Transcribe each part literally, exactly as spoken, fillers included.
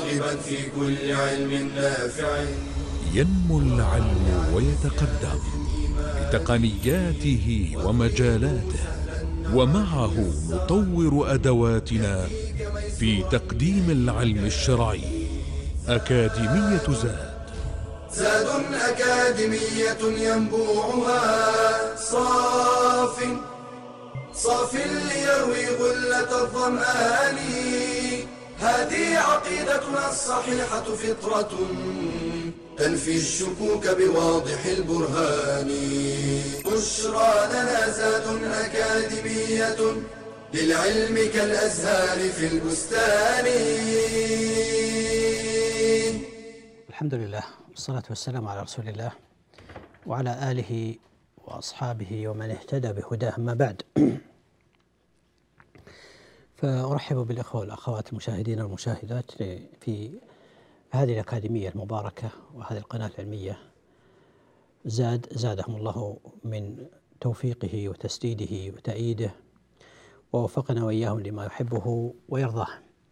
راغبا في كل علم نافع. ينمو العلم ويتقدم بتقنياته ومجالاته، ومعه نطور أدواتنا في تقديم العلم الشرعي. أكاديمية زاد زاد أكاديمية ينبوعها صاف صاف ليروي غلة الظمآن. هذه عقيدتنا الصحيحة فطرة تنفي الشكوك بواضح البرهان. بشرى لنا زاد أكاديمية للعلم كالأزهار في البستان. الحمد لله والصلاة والسلام على رسول الله وعلى آله وأصحابه ومن اهتدى بهداه، أما بعد. فأرحب بالإخوة والأخوات المشاهدين والمشاهدات في هذه الأكاديمية المباركة وهذه القناة العلمية زاد، زادهم الله من توفيقه وتسديده وتأييده، ووفقنا وإياهم لما يحبه ويرضاه.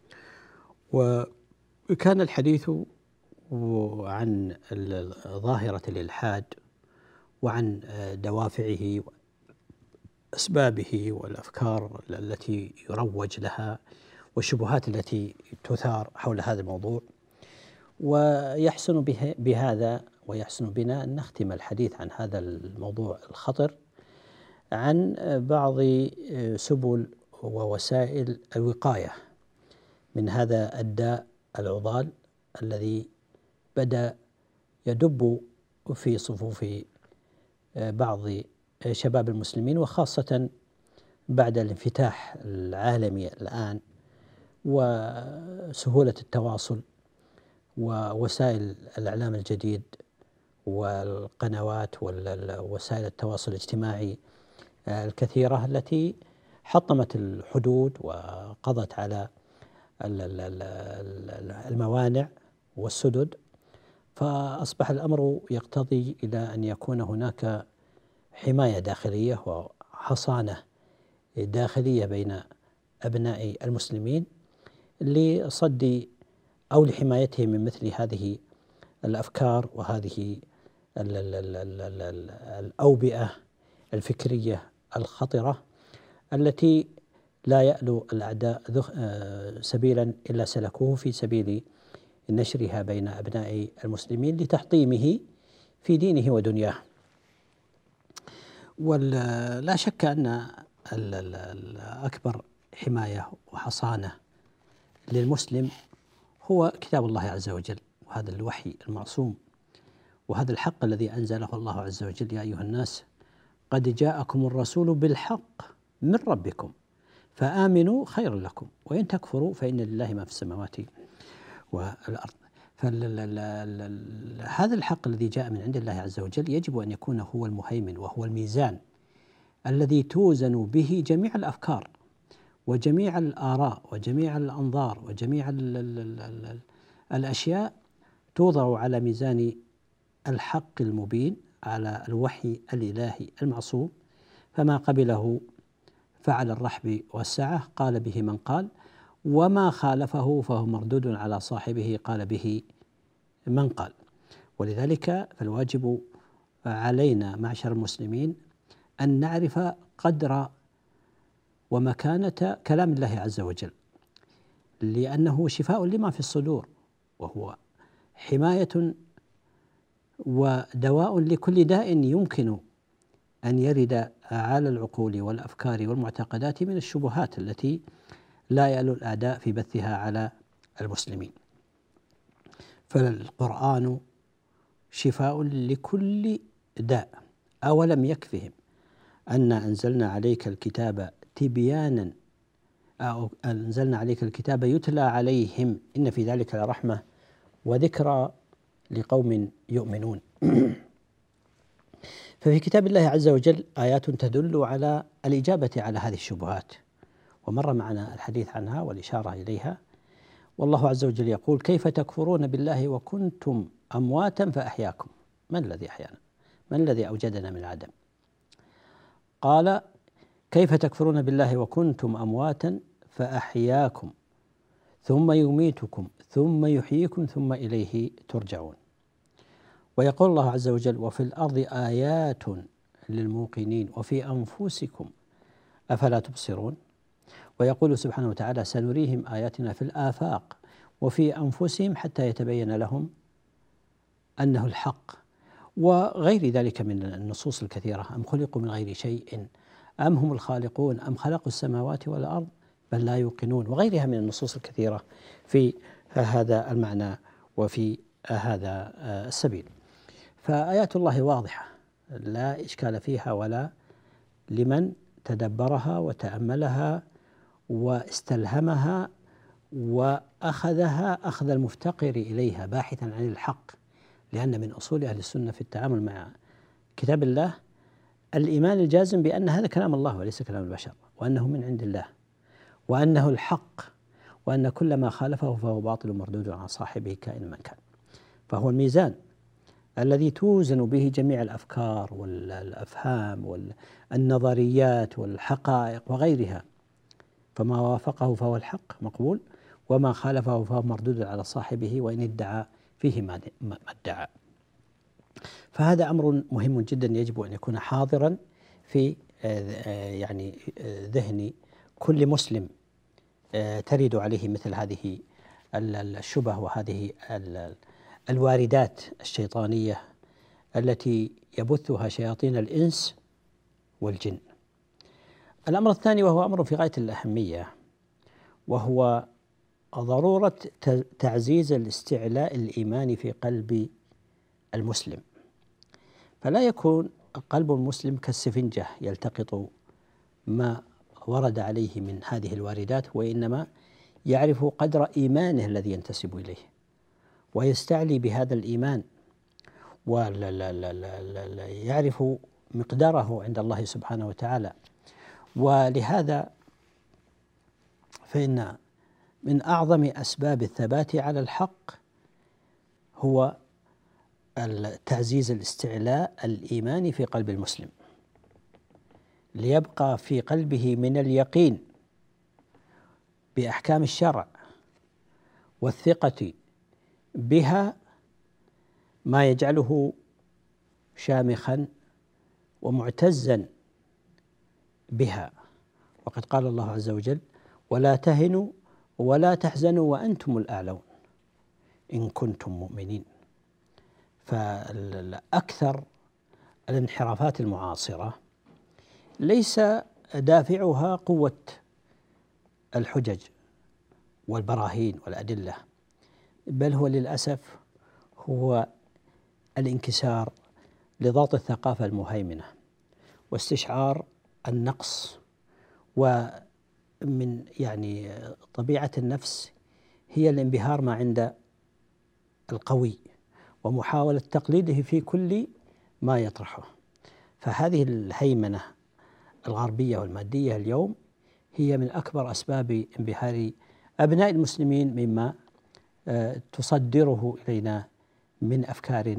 وكان الحديث عن ظاهرة الإلحاد وعن دوافعه وأسبابه والأفكار التي يروج لها والشبهات التي تثار حول هذا الموضوع. ويحسن بهذا ويحسن بنا أن نختم الحديث عن هذا الموضوع الخطر عن بعض سبل ووسائل الوقاية من هذا الداء العضال الذي بدأ يدب في صفوف بعض شباب المسلمين، وخاصة بعد الانفتاح العالمي الآن وسهولة التواصل ووسائل الإعلام الجديد والقنوات ووسائل التواصل الاجتماعي الكثيرة التي حطمت الحدود وقضت على الموانع والسدد. فأصبح الأمر يقتضي إلى أن يكون هناك حماية داخلية وحصانة داخلية بين أبناء المسلمين لصد أو لحمايتهم من مثل هذه الأفكار وهذه الأوبئة الفكرية الخطرة التي لا يألو الأعداء سبيلا إلا سلكوه في سبيل نشرها بين أبناء المسلمين لتحطيمه في دينه ودنياه. ولا شك أن أكبر حماية وحصانة للمسلم هو كتاب الله عز وجل، وهذا الوحي المعصوم، وهذا الحق الذي أنزله الله عز وجل: يا أيها الناس قد جاءكم الرسول بالحق من ربكم فآمنوا خيرا لكم وإن تكفروا فإن لله ما في السماوات والأرض. فهذا الحق الذي جاء من عند الله عز وجل يجب أن يكون هو المهيمن وهو الميزان الذي توزن به جميع الأفكار وجميع الآراء وجميع الأنظار وجميع ال ال ال الأشياء توضع على ميزان الحق المبين، على الوحي الإلهي المعصوم. فما قبله فعل الرحب والسعة قال به من قال، وما خالفه فهو مردود على صاحبه قال به من قال. ولذلك فالواجب علينا معشر المسلمين أن نعرف قدر ومكانة كلام الله عز وجل، لأنه شفاء لما في الصدور، وهو حماية ودواء لكل داء يمكن أن يرد على العقول والأفكار والمعتقدات من الشبهات التي لا يألو الأعداء في بثها على المسلمين. فالقرآن شفاء لكل داء. أولم يكفهم أن أنزلنا عليك الكتاب تبيانا أو أنزلنا عليك الكتاب يتلى عليهم إن في ذلك لرحمة وذكرى لقوم يؤمنون. ففي كتاب الله عز وجل آيات تدل على الإجابة على هذه الشبهات، ومر معنا الحديث عنها والإشارة إليها. والله عز وجل يقول: كيف تكفرون بالله وكنتم أمواتا فأحياكم. من الذي أحيانا؟ من الذي أوجدنا من العدم؟ قال: كيف تكفرون بالله وكنتم أمواتا فأحياكم ثم يميتكم ثم يحييكم ثم إليه ترجعون. ويقول الله عز وجل: وفي الأرض آيات للموقنين وفي أنفسكم أفلا تبصرون. ويقول سبحانه وتعالى: سنريهم آياتنا في الآفاق وفي أنفسهم حتى يتبين لهم أنه الحق. وغير ذلك من النصوص الكثيرة: أم خلقوا من غير شيء أم هم الخالقون أم خلقوا السماوات والأرض بل لا يوقنون، وغيرها من النصوص الكثيرة في هذا المعنى وفي هذا السبيل. فآيات الله واضحة لا إشكال فيها ولا لمن تدبرها وتأملها واستلهمها وأخذها أخذ المفتقر إليها باحثا عن الحق. لأن من أصول أهل السنة في التعامل مع كتاب الله الإيمان الجازم بأن هذا كلام الله وليس كلام البشر، وأنه من عند الله، وأنه الحق، وأن كل ما خالفه فهو باطل مردود عن صاحبه كائن من كان. فهو الميزان الذي توزن به جميع الأفكار والأفهام والنظريات والحقائق وغيرها، فما وافقه فهو الحق مقبول، وما خالفه فهو مردود على صاحبه وإن ادعى فيه ما ادعى. فهذا أمر مهم جدا يجب أن يكون حاضرا في يعني ذهن كل مسلم ترد عليه مثل هذه الشبه وهذه الواردات الشيطانية التي يبثها شياطين الإنس والجن. الأمر الثاني وهو أمر في غاية الأهمية، وهو ضرورة تعزيز الاستعلاء الإيماني في قلب المسلم. فلا يكون قلب المسلم كالسفنجة يلتقط ما ورد عليه من هذه الواردات، وإنما يعرف قدر إيمانه الذي ينتسب إليه ويستعلي بهذا الإيمان ويعرف مقداره عند الله سبحانه وتعالى. ولهذا فإن من أعظم أسباب الثبات على الحق هو تعزيز الاستعلاء الإيماني في قلب المسلم، ليبقى في قلبه من اليقين بأحكام الشرع والثقة بها ما يجعله شامخا ومعتزا بها. وقد قال الله عز وجل: ولا تهنوا ولا تحزنوا وأنتم الأعلون إن كنتم مؤمنين. فأكثر الانحرافات المعاصرة ليس دافعها قوة الحجج والبراهين والأدلة، بل هو للأسف هو الانكسار لضغط الثقافة المهيمنة واستشعار النقص. ومن يعني طبيعة النفس هي الانبهار ما عند القوي ومحاولة تقليده في كل ما يطرحه. فهذه الهيمنة الغربية والمادية اليوم هي من أكبر أسباب انبهار أبناء المسلمين مما تصدره إلينا من أفكار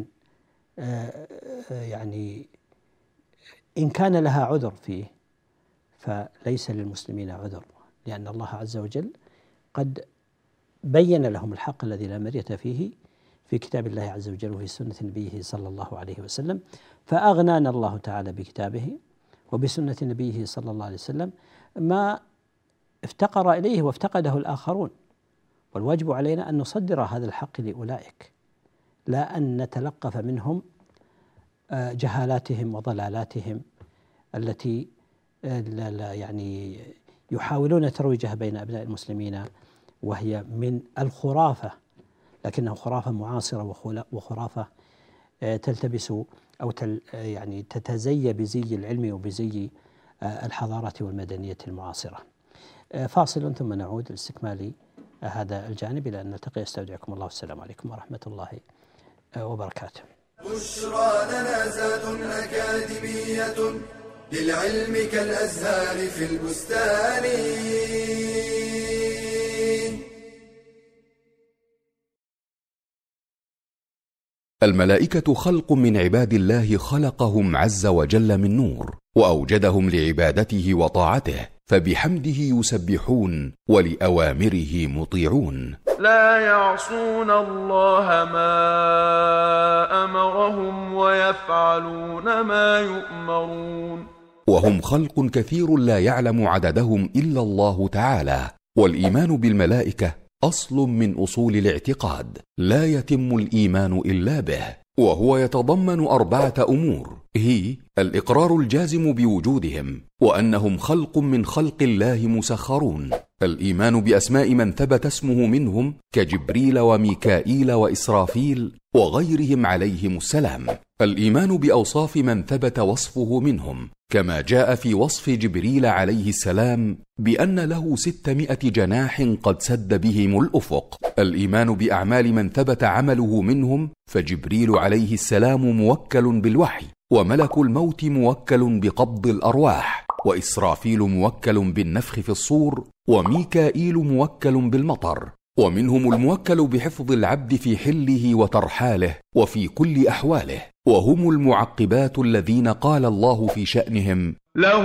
يعني إن كان لها عذر فيه فليس للمسلمين عذر، لأن الله عز وجل قد بين لهم الحق الذي لا مرية فيه في كتاب الله عز وجل وفي سنة نبيه صلى الله عليه وسلم. فأغنانا الله تعالى بكتابه وبسنة نبيه صلى الله عليه وسلم ما افتقر إليه وافتقده الآخرون، والواجب علينا أن نصدر هذا الحق لأولئك، لا أن نتلقف منهم جهالاتهم وضلالاتهم التي لا لا يعني يحاولون ترويجها بين أبناء المسلمين، وهي من الخرافة، لكنها خرافة معاصرة وخرافة تلتبس أو تل يعني تتزي بزي العلم وبزي الحضارة والمدنية المعاصرة. فاصل ثم نعود لاستكمال هذا الجانب إلى أن نلتقي. استودعكم الله، والسلام عليكم ورحمة الله وبركاته. بشرى لنا زاد أكاديمية للعلم كالأزهار في البستان. الملائكة خلق من عباد الله خلقهم عز وجل من نور، وأوجدهم لعبادته وطاعته، فبحمده يسبحون ولأوامره مطيعون. لا يعصون الله ما أمرهم ويفعلون ما يؤمرون. وهم خلق كثير لا يعلم عددهم إلا الله تعالى. والإيمان بالملائكة أصل من أصول الاعتقاد لا يتم الإيمان إلا به، وهو يتضمن أربعة أمور، هي الإقرار الجازم بوجودهم، وأنهم خلق من خلق الله مسخرون، الإيمان بأسماء من ثبت اسمه منهم كجبريل وميكائيل وإسرافيل وغيرهم عليهم السلام، الإيمان بأوصاف من ثبت وصفه منهم كما جاء في وصف جبريل عليه السلام بأن له ستمائة جناح قد سد بهم الأفق، الإيمان بأعمال من ثبت عمله منهم، فجبريل عليه السلام موكل بالوحي، وملك الموت موكل بقبض الأرواح، وإسرافيل موكل بالنفخ في الصور، وميكائيل موكل بالمطر، ومنهم الموكل بحفظ العبد في حله وترحاله وفي كل أحواله، وهم المعقبات الذين قال الله في شأنهم: له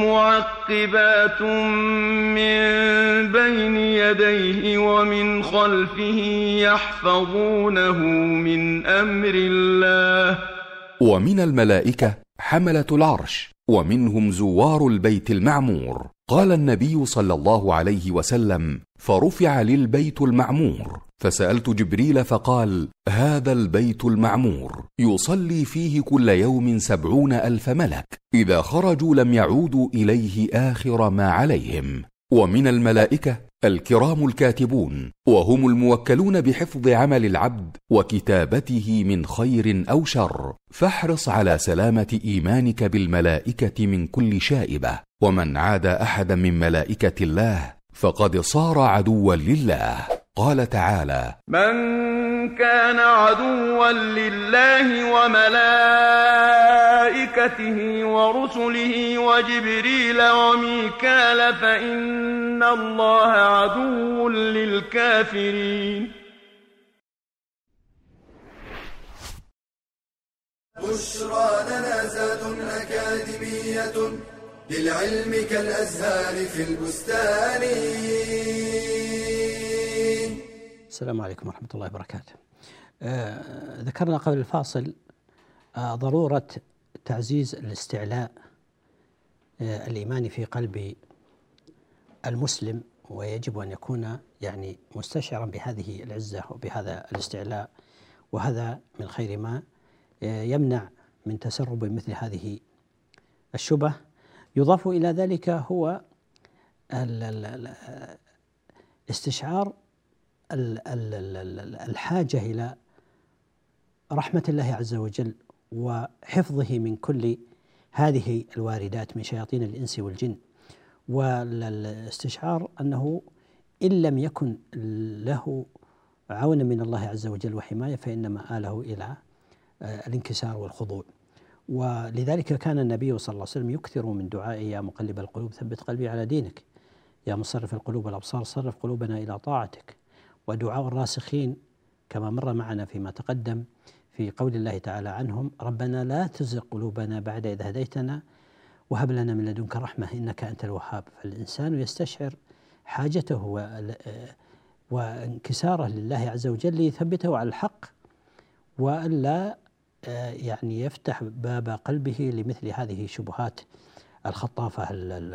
معقبات من بين يديه ومن خلفه يحفظونه من أمر الله. ومن الملائكة حملة العرش، ومنهم زوار البيت المعمور. قال النبي صلى الله عليه وسلم: فرفع للبيت المعمور، فسألت جبريل فقال: هذا البيت المعمور يصلي فيه كل يوم سبعون ألف ملك، إذا خرجوا لم يعودوا إليه آخر ما عليهم. ومن الملائكة الكرام الكاتبون، وهم الموكلون بحفظ عمل العبد وكتابته من خير أو شر، فاحرص على سلامة إيمانك بالملائكة من كل شائبة، ومن عاد أحدا من ملائكة الله فقد صار عدوا لله. قال تعالى: من كان عدوا لله وملائكته ورسله وجبريل وميكال فإن الله عدو للكافرين. بشرى لنا زاد أكاديمية للعلم كالأزهار في البستان. السلام عليكم ورحمة الله وبركاته. آه ذكرنا قبل الفاصل آه ضرورة تعزيز الاستعلاء آه الإيماني في قلب المسلم، ويجب أن يكون يعني مستشعرا بهذه العزة وبهذا الاستعلاء، وهذا من خير ما آه يمنع من تسرب مثل هذه الشبه. يضاف إلى ذلك هو استشعار الحاجة إلى رحمة الله عز وجل وحفظه من كل هذه الواردات من شياطين الإنس والجن، والاستشعار أنه إن لم يكن له عون من الله عز وجل وحماية فإنما آله إلى الانكسار والخضوع. ولذلك كان النبي صلى الله عليه وسلم يكثر من دعاء: يا مقلب القلوب ثبت قلبي على دينك، يا مصرف القلوب والأبصار صرف قلوبنا إلى طاعتك. ودعاء الراسخين كما مر معنا فيما تقدم في قول الله تعالى عنهم: ربنا لا تزغ قلوبنا بعد إذ هديتنا وهب لنا من لدنك رحمة إنك أنت الوهاب. فالإنسان يستشعر حاجته وانكساره لله عز وجل ليثبته على الحق، وألا يعني يفتح باب قلبه لمثل هذه الشبهات الخطافة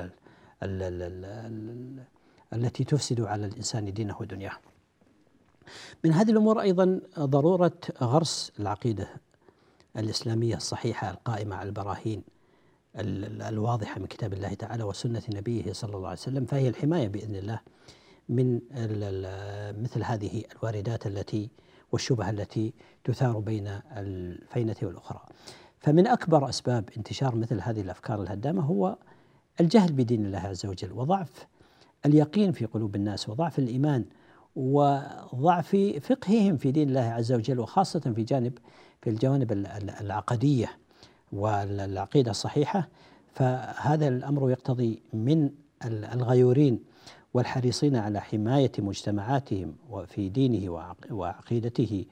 التي تفسد على الإنسان دينه ودنياه. من هذه الأمور أيضا ضرورة غرس العقيدة الإسلامية الصحيحة القائمة على البراهين الواضحة من كتاب الله تعالى وسنة نبيه صلى الله عليه وسلم، فهي الحماية بإذن الله من مثل هذه الواردات التي والشبهة التي تثار بين الفينة والأخرى. فمن أكبر أسباب انتشار مثل هذه الأفكار الهدامة هو الجهل بدين الله عز وجل، وضعف اليقين في قلوب الناس، وضعف الإيمان، وضعف فقههم في دين الله عز وجل، وخاصة في جانب في الجوانب العقدية والعقيدة الصحيحة. فهذا الأمر يقتضي من الغيورين والحريصين على حماية مجتمعاتهم وفي دينه وعقيدته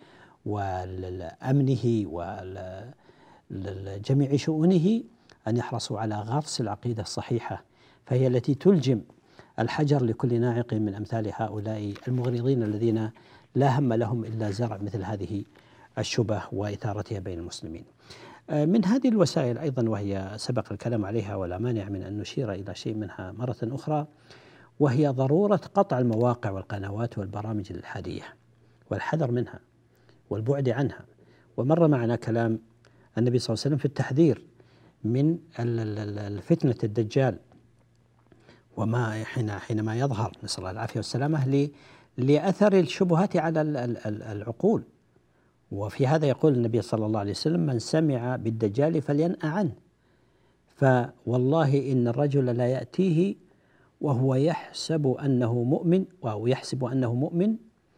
وأمنه وجميع شؤونه أن يحرصوا على غرس العقيدة الصحيحة فهي التي تلجم الحجر لكل ناعق من أمثال هؤلاء المغرضين الذين لا هم لهم إلا زرع مثل هذه الشبه وإثارتها بين المسلمين. من هذه الوسائل أيضا، وهي سبق الكلام عليها ولا مانع من أن نشير إلى شيء منها مرة أخرى، وهي ضرورة قطع المواقع والقنوات والبرامج الإلحادية والحذر منها والبعد عنها. ومر معنا كلام النبي صلى الله عليه وسلم في التحذير من فتنة الدجال وما حينما يظهر، نسأل الله العافية والسلامة، لأثر الشبهات على العقول. وفي هذا يقول النبي صلى الله عليه وسلم: من سمع بالدجال فلينأ عنه، فوالله إن الرجل لا يأتيه وهو يحسب أنه مؤمن أو يحسب أنه مؤمن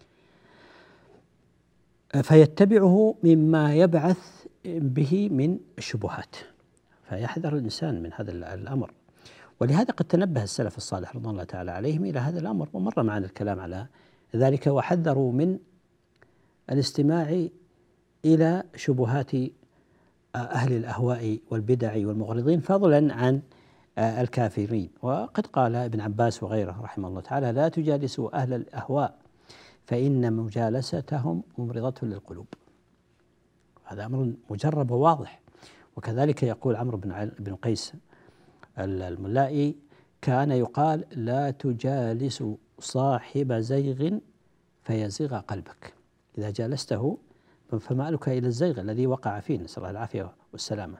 فيتبعه مما يبعث به من الشبهات. فيحذر الإنسان من هذا الأمر. ولهذا قد تنبه السلف الصالح رضوان الله تعالى عليهم إلى هذا الأمر، ومر معنا الكلام على ذلك، وحذروا من الاستماع إلى شبهات أهل الأهواء والبدع والمغرضين فضلا عن الكافرين. وقد قال ابن عباس وغيره رحمه الله تعالى: لا تجالسوا أهل الأهواء فإن مجالستهم ممرضة للقلوب. هذا أمر مجرب وواضح. وكذلك يقول عمرو بن قيس الملائي: كان يقال لا تجالس صاحب زيغ فيزيغ قلبك، إذا جالسته فمالك إلى الزيغ الذي وقع فيه، نسأل الله العافية والسلامة.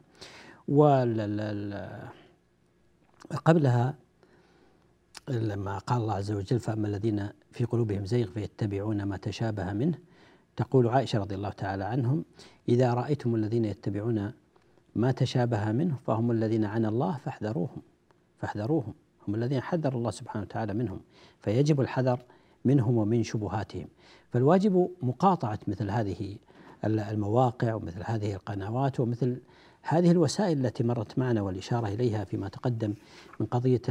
وقبلها لما قال الله عز وجل: فأما الذين في قلوبهم زيغ فيتبعون ما تشابه منه، تقول عائشة رضي الله تعالى عنهم: إذا رأيتم الذين يتبعون ما تشابه منه فهم الذين عنى الله فاحذروهم فاحذروهم هم الذين حذر الله سبحانه وتعالى منهم، فيجب الحذر منهم ومن شبهاتهم. فالواجب مقاطعة مثل هذه المواقع ومثل هذه القنوات ومثل هذه الوسائل التي مرت معنا والإشارة إليها فيما تقدم من قضية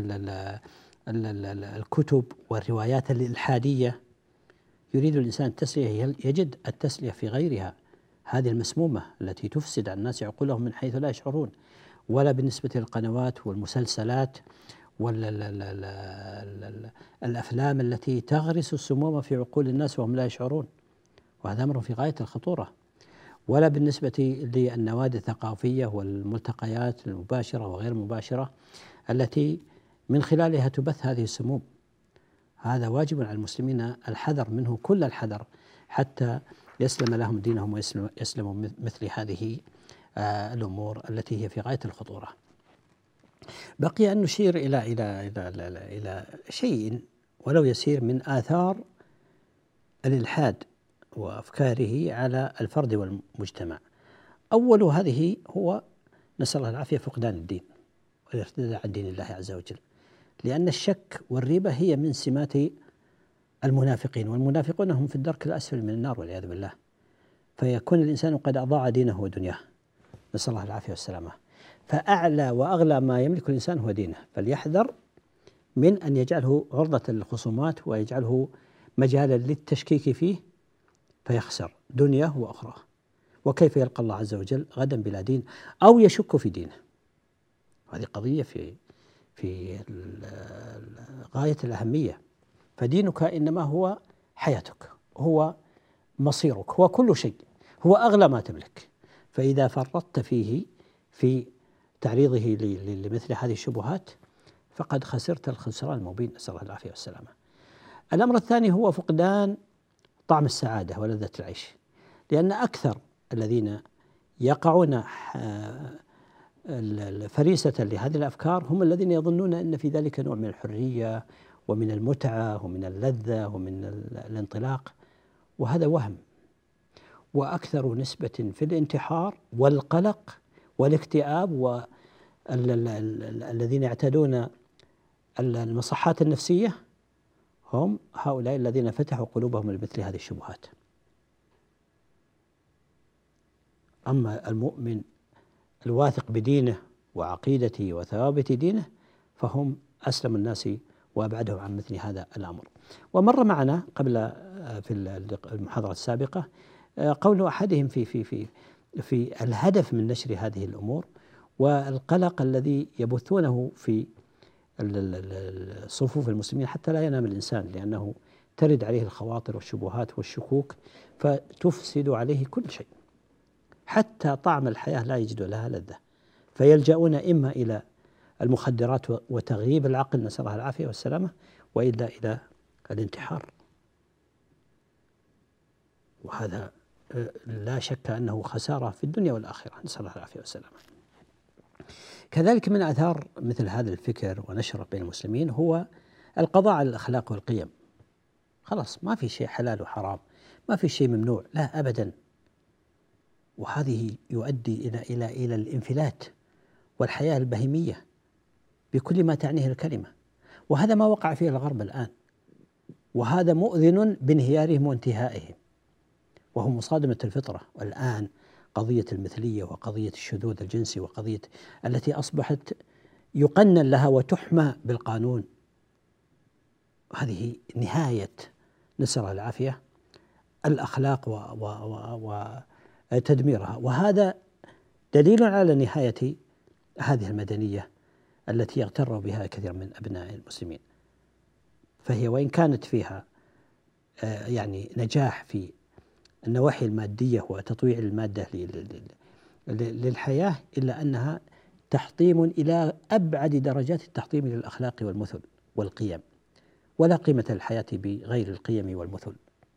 الكتب والروايات الإلحادية. يريد الإنسان التسلية، يجد التسلية في غيرها، هذه المسمومة التي تفسد على الناس عقولهم من حيث لا يشعرون. ولا بالنسبة للقنوات والمسلسلات والأفلام التي تغرس السموم في عقول الناس وهم لا يشعرون، وهذا أمر في غاية الخطورة. ولا بالنسبة للنوادي الثقافية والملتقيات المباشرة وغير المباشرة التي من خلالها تبث هذه السموم. هذا واجب على المسلمين الحذر منه كل الحذر حتى يسلم لهم دينهم ويسلموا مثل هذه الأمور التي هي في غاية الخطورة. بقي أن نشير إلى إلى إلى إلى, إلى شيء ولو يسير من آثار الإلحاد وأفكاره على الفرد والمجتمع. أول هذه هو نسأل الله العافية فقدان الدين والارتداد عن دين الله عز وجل، لأن الشك والريبة هي من سمات المنافقين، والمنافقون هم في الدرك الأسفل من النار والعياذ بالله. فيكون الإنسان قد أضاع دينه ودنياه، نسأل الله العافية والسلامة. فأعلى وأغلى ما يملك الإنسان هو دينه، فليحذر من أن يجعله عرضة للخصومات ويجعله مجالا للتشكيك فيه فيخسر دنياه وأخراه. وكيف يلقى الله عز وجل غدا بلا دين أو يشك في دينه؟ هذه قضية في في غاية الأهمية. فدينك إنما هو حياتك، هو مصيرك، هو كل شيء، هو أغلى ما تملك. فإذا فرطت فيه في تعريضه لمثل هذه الشبهات فقد خسرت الخسران المبين، نسأل الله العافية والسلامة. الأمر الثاني هو فقدان طعم السعادة ولذة العيش، لأن أكثر الذين يقعون فريسة لهذه الأفكار هم الذين يظنون أن في ذلك نوع من الحرية ومن المتعة ومن اللذة ومن الانطلاق، وهذا وهم. وأكثر نسبة في الانتحار والقلق والاكتئاب والذين يعتادون المصحات النفسية هم هؤلاء الذين فتحوا قلوبهم لمثل هذه الشبهات. أما المؤمن الواثق بدينه وعقيدته وثوابت دينه فهم أسلم الناس وأبعدهم عن مثل هذا الأمر. ومر معنا قبل في المحاضرة السابقة قول أحدهم في في في في الهدف من نشر هذه الأمور والقلق الذي يبثونه في صفوف المسلمين حتى لا ينام الإنسان، لأنه ترد عليه الخواطر والشبهات والشكوك فتفسد عليه كل شيء، حتى طعم الحياة لا يجد لها لذة، فيلجؤون إما إلى المخدرات وتغييب العقل نسأل الله العافية والسلامة، وإلا إلى الانتحار. وهذا لا شك أنه خسارة في الدنيا والآخرة نسأل الله العافية والسلامة. كذلك من آثار مثل هذا الفكر ونشره بين المسلمين هو القضاء على الأخلاق والقيم. خلاص ما في شيء حلال وحرام، ما في شيء ممنوع، لا أبدا. وهذه يؤدي إلى إلى إلى الانفلات والحياة البهيمية بكل ما تعنيه الكلمة، وهذا ما وقع فيه الغرب الآن، وهذا مؤذن بانهيارهم وانتهائهم، وهو مصادمة الفطرة. والآن قضية المثلية وقضية الشذوذ الجنسي وقضية التي أصبحت يقنن لها وتحمى بالقانون، هذه نهاية نسأل الله العافية الأخلاق وتدميرها، وهذا دليل على نهاية هذه المدنية التي يغتر بها كثير من أبناء المسلمين. فهي وإن كانت فيها يعني نجاح في النواحي المادية وتطويع المادة للحياة، إلا أنها تحطيم إلى أبعد درجات التحطيم للأخلاق والمثل والقيم، ولا قيمة للحياة بغير القيم والمثل.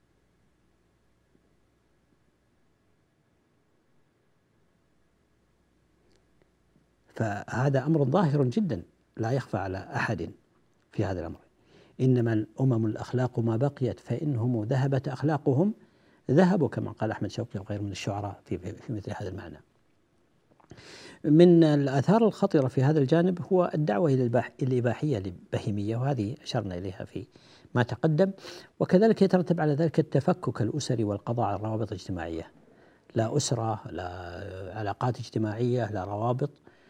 فهذا أمر ظاهر جدا لا يخفى على أحد في هذا الأمر. إنما الأمم الأخلاق ما بقيت، فإنهم ذهبت أخلاقهم ذهبوا، كما قال أحمد شوقي وغيره من الشعراء في, في مثل هذا المعنى. من الآثار الخطيرة في هذا الجانب هو الدعوة إلى الإباحية البهيمية، وهذه أشرنا إليها في ما تقدم. وكذلك يترتب على ذلك التفكك الأسري والقضاء على الروابط الاجتماعية، لا أسرة، لا علاقات اجتماعية، لا روابط.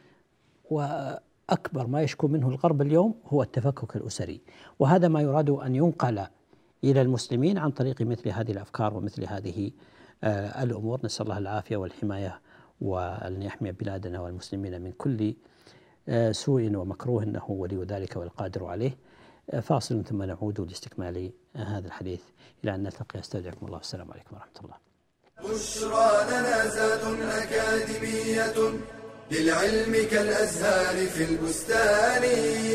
وأكبر ما يشكو منه الغرب اليوم هو التفكك الأسري، وهذا ما يراد أن ينقل إلى المسلمين عن طريق مثل هذه الأفكار ومثل هذه آه الأمور. نسأل الله العافية والحماية، وأن يحمي بلادنا والمسلمين من كل آه سوء ومكروه، إنه ولي ذلك والقادر عليه. آه فاصل ثم نعود لاستكمال آه هذا الحديث إلى أن نلتقي. استودعكم الله، السلام عليكم ورحمة الله. بشرى لنا زاد أكاديمية للعلم كالأزهار في البستان.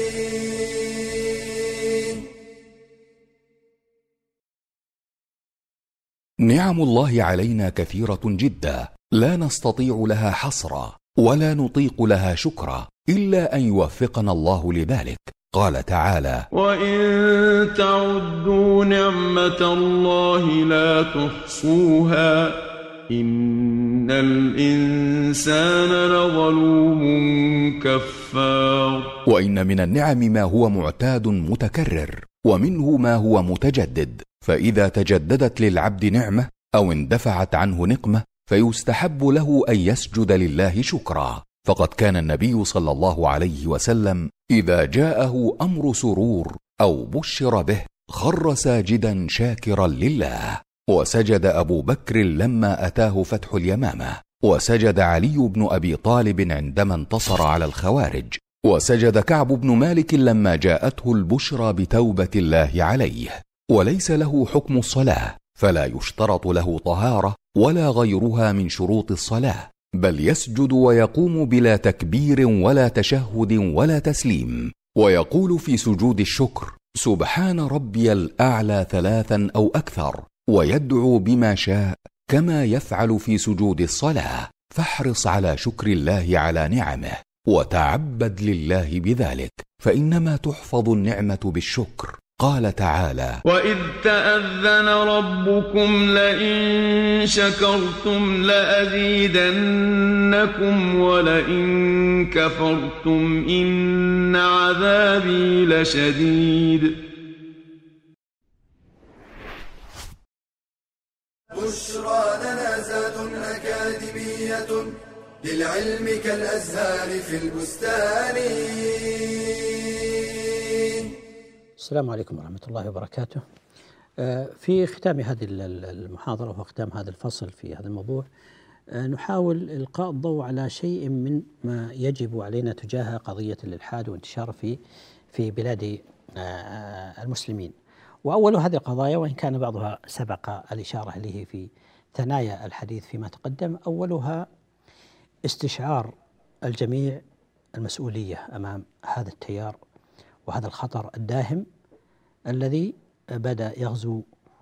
نعم الله علينا كثيرة جدا لا نستطيع لها حصرا ولا نطيق لها شكرا إلا أن يوفقنا الله لذلك. قال تعالى: وإن تعدوا نعمة الله لا تحصوها إن الإنسان لظلوم كفار. وإن من النعم ما هو معتاد متكرر، ومنه ما هو متجدد، فإذا تجددت للعبد نعمة أو اندفعت عنه نقمة فيستحب له أن يسجد لله شكرا. فقد كان النبي صلى الله عليه وسلم إذا جاءه أمر سرور أو بشر به خر ساجدا شاكرا لله. وسجد أبو بكر لما أتاه فتح اليمامة، وسجد علي بن أبي طالب عندما انتصر على الخوارج، وسجد كعب بن مالك لما جاءته البشرى بتوبة الله عليه. وليس له حكم الصلاة، فلا يشترط له طهارة ولا غيرها من شروط الصلاة، بل يسجد ويقوم بلا تكبير ولا تشهد ولا تسليم، ويقول في سجود الشكر: سبحان ربي الأعلى ثلاثا أو أكثر، ويدعو بما شاء كما يفعل في سجود الصلاة. فاحرص على شكر الله على نعمه وتعبد لله بذلك، فإنما تحفظ النعمة بالشكر. قال تعالى: وإذ تأذن ربكم لئن شكرتم لأزيدنكم ولئن كفرتم إن عذابي لشديد. بشرى لنا زاد أكاديمية للعلم كالأزهار في البستان. السلام عليكم ورحمة الله وبركاته. في ختام هذه المحاضرة وختام هذا الفصل في هذا الموضوع نحاول إلقاء الضوء على شيء من ما يجب علينا تجاه قضية الإلحاد وانتشاره في في بلاد المسلمين. وأول هذه القضايا، وإن كان بعضها سبق الإشارة إليه في ثنايا الحديث فيما تقدم، أولها استشعار الجميع المسؤولية أمام هذا التيار وهذا الخطر الداهم الذي بدأ يغزو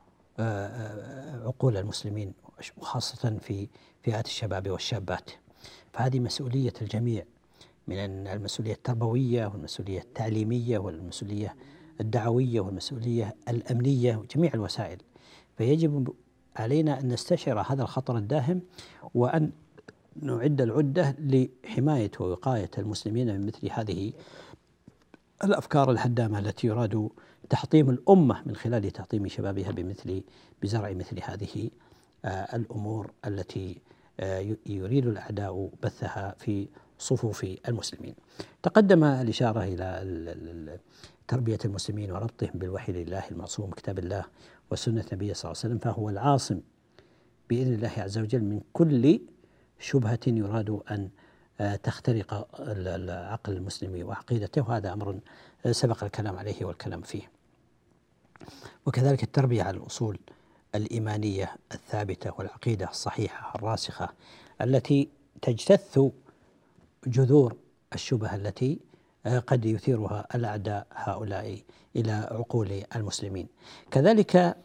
عقول المسلمين، وخاصة في فئات الشباب والشابات. فهذه مسؤولية الجميع، من المسؤولية التربوية والمسؤولية التعليمية والمسؤولية الدعوية والمسؤولية الأمنية وجميع الوسائل. فيجب علينا أن نستشعر هذا الخطر الداهم، وأن نعد العدة لحماية ووقاية المسلمين من مثل هذه الأفكار الهدامة التي يراد تحطيم الأمة من خلال تحطيم شبابها بمثل بزرع مثل هذه الأمور التي يريد الأعداء بثها في صفوف المسلمين. تقدم الإشارة إلى تربية المسلمين وربطهم بالوحي لله المعصوم كتاب الله وسنة النبي صلى الله عليه وسلم، فهو العاصم بإذن الله عز وجل من كل شبهة يراد أن تخترق عقل المسلم وعقيدته، وهذا أمر سبق الكلام عليه والكلام فيه. وكذلك التربية على الأصول الإيمانية الثابتة والعقيدة الصحيحة الراسخة التي تجتث جذور الشبهة التي قد يثيرها الأعداء هؤلاء إلى عقول المسلمين. كذلك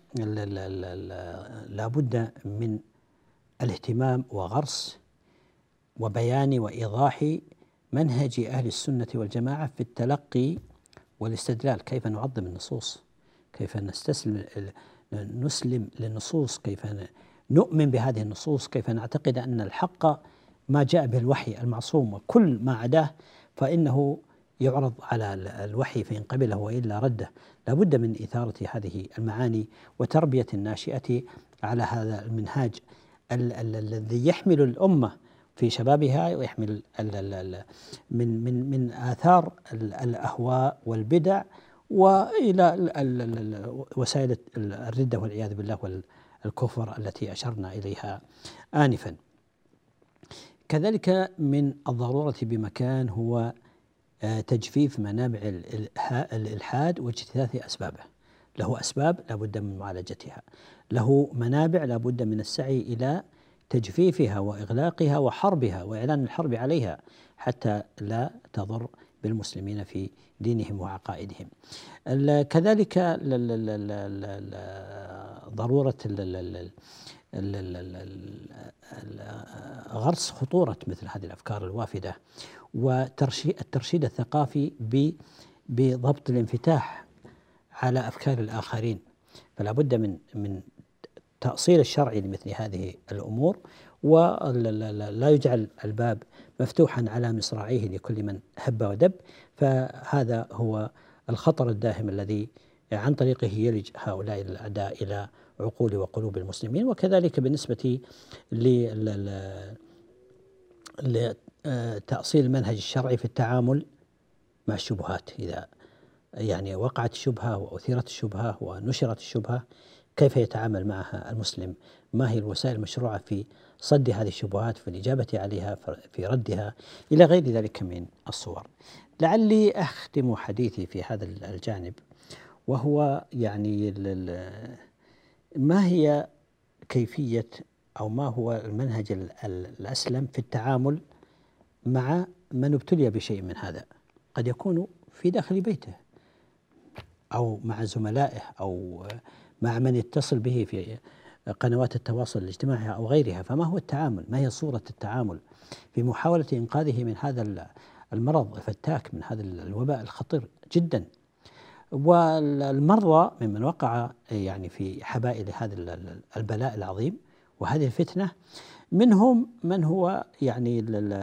لا بد من الاهتمام وغرس وبيان وإيضاح منهج أهل السنة والجماعة في التلقي والاستدلال، كيف نعظم النصوص، كيف نستسلم نسلم للنصوص، كيف نؤمن بهذه النصوص، كيف نعتقد أن الحق ما جاء به الوحي المعصوم، وكل ما عداه فإنه يعرض على الوحي فإن قبله وإلا رده. لا بد من إثارة هذه المعاني وتربية الناشئة على هذا المنهاج الذي يحمل الأمة في شبابها ويحمل من من من آثار الأهواء والبدع وإلى وسائل الردة والعياذ بالله والكفر التي أشرنا إليها آنفا. كذلك من الضرورة بمكان هو تجفيف منابع الإلحاد واجتثاث أسبابه. له أسباب لا بد من معالجتها، له منابع لا بد من السعي إلى تجفيفها وإغلاقها وحربها وإعلان الحرب عليها حتى لا تضر بالمسلمين في دينهم وعقائدهم. كذلك ضرورة غرس خطورة مثل هذه الأفكار الوافدة والترشيد الثقافي بضبط الانفتاح على أفكار الآخرين. فلا بد من من تأصيل الشرع لمثل هذه الأمور، ولا يجعل الباب مفتوحا على مصراعيه لكل من هب ودب. فهذا هو الخطر الداهم الذي عن طريقه يلج هؤلاء الأعداء إلى عقول وقلوب المسلمين. وكذلك بالنسبة لتأصيل المنهج الشرعي في التعامل مع الشبهات، إذا يعني وقعت الشبهة وأثيرت الشبهة ونشرت الشبهة، كيف يتعامل معها المسلم؟ ما هي الوسائل المشروعة في صد هذه الشبهات، في الإجابة عليها، في ردها، إلى غير ذلك من الصور. لعلي أختم حديثي في هذا الجانب، وهو يعني ما هي كيفية أو ما هو المنهج الأسلم في التعامل مع من ابتلي بشيء من هذا، قد يكون في داخل بيته أو مع زملائه أو مع من يتصل به في قنوات التواصل الاجتماعي أو غيرها. فما هو التعامل؟ ما هي صورة التعامل في محاولة إنقاذه من هذا المرض الفتاك، من هذا الوباء الخطير جدا؟ والمرضى ممن وقع يعني في حبائل هذا البلاء العظيم وهذه الفتنة، منهم من هو يعني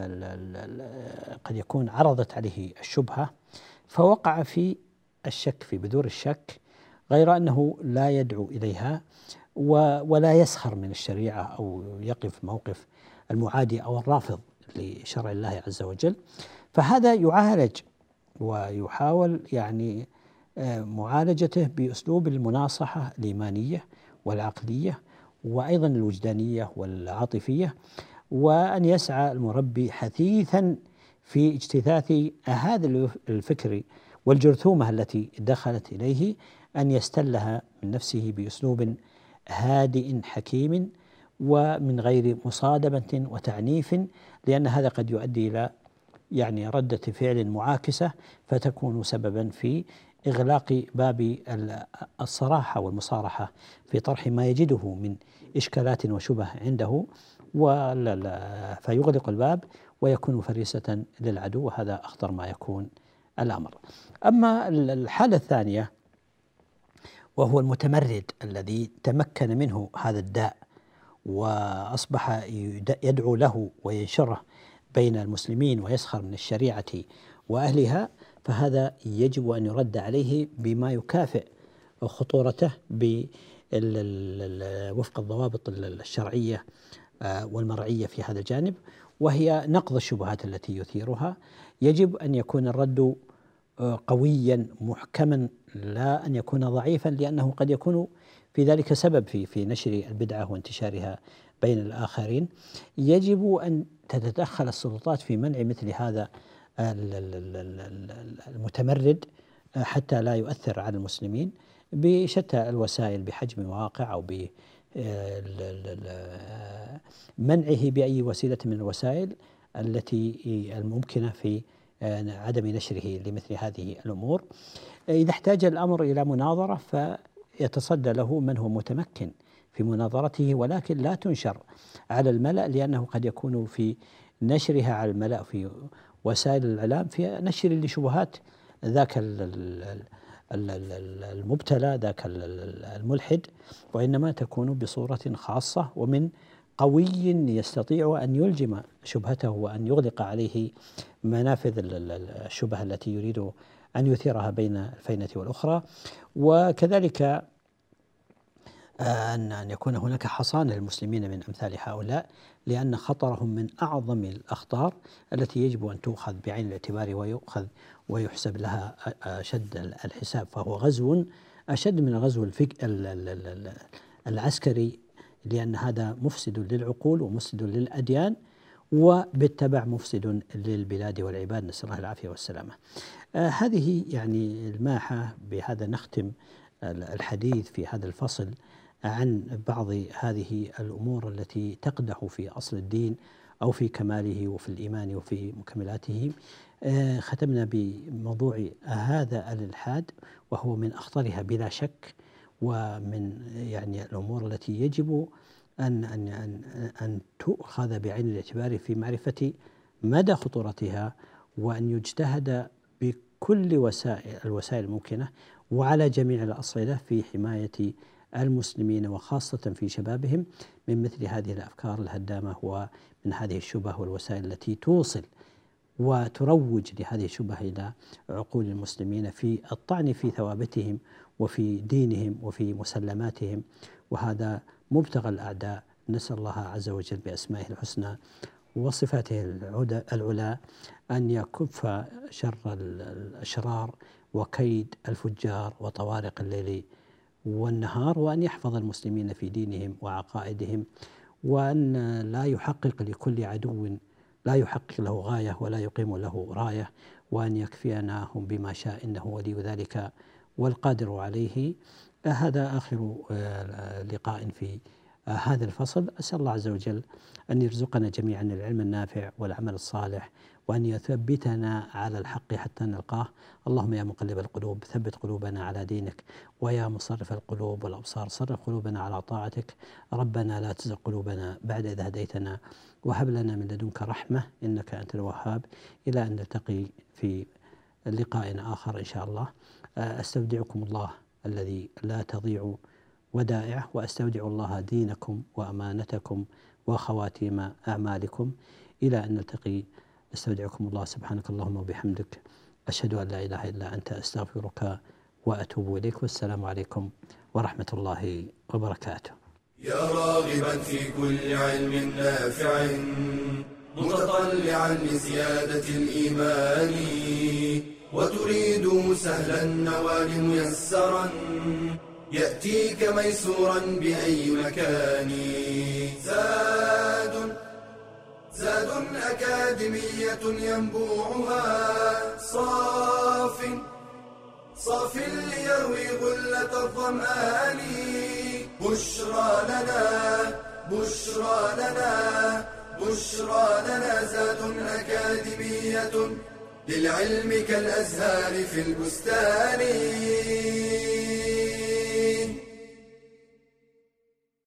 قد يكون عرضت عليه الشبهة فوقع في الشك، في بذور الشك، غير أنه لا يدعو إليها ولا يسخر من الشريعة أو يقف موقف المعادي أو الرافض لشرع الله عز وجل. فهذا يعالج ويحاول يعني معالجته بأسلوب المناصحة الإيمانية والعقلية وأيضا الوجدانية والعاطفية، وأن يسعى المربي حثيثا في اجتثاث هذا الفكر والجرثومة التي دخلت إليه أن يستلها من نفسه بأسلوب هادئ حكيم ومن غير مصادمة وتعنيف، لأن هذا قد يؤدي إلى يعني ردة فعل معاكسة فتكون سببا في إغلاق باب الصراحة والمصارحة في طرح ما يجده من إشكالات وشبه عنده، فيغلق الباب ويكون فريسة للعدو، وهذا أخطر ما يكون الأمر. أما الحالة الثانية وهو المتمرد الذي تمكن منه هذا الداء وأصبح يدعو له وينشره بين المسلمين ويسخر من الشريعة وأهلها، فهذا يجب أن يرد عليه بما يكافئ خطورته وفق الضوابط الشرعية والمرعية في هذا الجانب، وهي نقض الشبهات التي يثيرها. يجب أن يكون الرد قويا محكما، لا أن يكون ضعيفا، لأنه قد يكون في ذلك سبب في في نشر البدعة وانتشارها بين الآخرين. يجب أن تتدخل السلطات في منع مثل هذا المتمرد حتى لا يؤثر على المسلمين بشتى الوسائل، بحجم واقع أو بمنعه بأي وسيلة من الوسائل التي الممكنة في عدم نشره لمثل هذه الأمور. إذا احتاج الأمر إلى مناظرة فيتصدى له من هو متمكن في مناظرته، ولكن لا تنشر على الملأ، لأنه قد يكون في نشرها على الملأ في وسائل الإعلام في نشر لشبهات ذاك المبتلى، ذاك الملحد، وإنما تكون بصورة خاصة ومن قوي يستطيع أن يلجم شبهته وأن يغلق عليه منافذ الشبهة التي يريد أن يثيرها بين الفينة والأخرى. وكذلك أن يكون هناك حصانة للمسلمين من أمثال هؤلاء، لأن خطرهم من أعظم الأخطار التي يجب أن تؤخذ بعين الاعتبار ويؤخذ ويحسب لها أشد الحساب، فهو غزو أشد من الغزو العسكري، لأن هذا مفسد للعقول ومفسد للأديان وبالتبع مفسد للبلاد والعباد، نسأل الله العافية والسلامة. آه هذه يعني الماحة، بهذا نختم الحديث في هذا الفصل عن بعض هذه الأمور التي تقدح في أصل الدين أو في كماله وفي الإيمان وفي مكملاته. آه ختمنا بموضوع هذا الإلحاد، وهو من أخطرها بلا شك، ومن يعني الأمور التي يجب أن أن أن أن تؤخذ بعين الاعتبار في معرفة مدى خطورتها، وأن يجتهد بكل وسائل الوسائل الممكنة وعلى جميع الأصعدة في حماية المسلمين وخاصة في شبابهم من مثل هذه الأفكار الهدامة ومن هذه الشبه والوسائل التي توصل وتروج لهذه الشبه إلى عقول المسلمين في الطعن في ثوابتهم وفي دينهم وفي مسلماتهم، وهذا مبتغى الأعداء. نسأل الله عز وجل بأسمائه الحسنى وصفاته العلى أن يكف شر الأشرار وكيد الفجار وطوارق الليل والنهار، وأن يحفظ المسلمين في دينهم وعقائدهم، وأن لا يحقق لكل عدو لا يحقق له غاية ولا يقيم له راية، وأن يكفيناهم بما شاء إنه ولي ذلك والقادر عليه. هذا آخر لقاء في هذا الفصل. أسأل الله عز وجل أن يرزقنا جميعا العلم النافع والعمل الصالح، وأن يثبتنا على الحق حتى نلقاه. اللهم يا مقلب القلوب ثبت قلوبنا على دينك، ويا مصرف القلوب والأبصار صرف قلوبنا على طاعتك. ربنا لا تزغ قلوبنا بعد إذ هديتنا، وهب لنا من لدنك رحمة إنك أنت الوهاب. إلى أن نلتقي في لقاء آخر إن شاء الله. أستودعكم الله الذي لا تضيع ودائعه، وأستودع الله دينكم وأمانتكم وخواتيم أعمالكم. إلى أن نلتقي أستودعكم الله. سبحانك اللهم وبحمدك، أشهد أن لا إله إلا أنت، أستغفرك وأتوب إليك، والسلام عليكم ورحمة الله وبركاته. يا راغبا في كل علم نافع متطلعا لزيادة الإيمان، وتريد سهلا النوال ميسرا يأتيك ميسورا بأي مكان. زاد زاد أكاديمية ينبوعها صاف صاف ليروي غلة الظمآن. بشرى لنا بشرى لنا بشرى لنا زاد أكاديمية للعلم كالأزهار في البستان.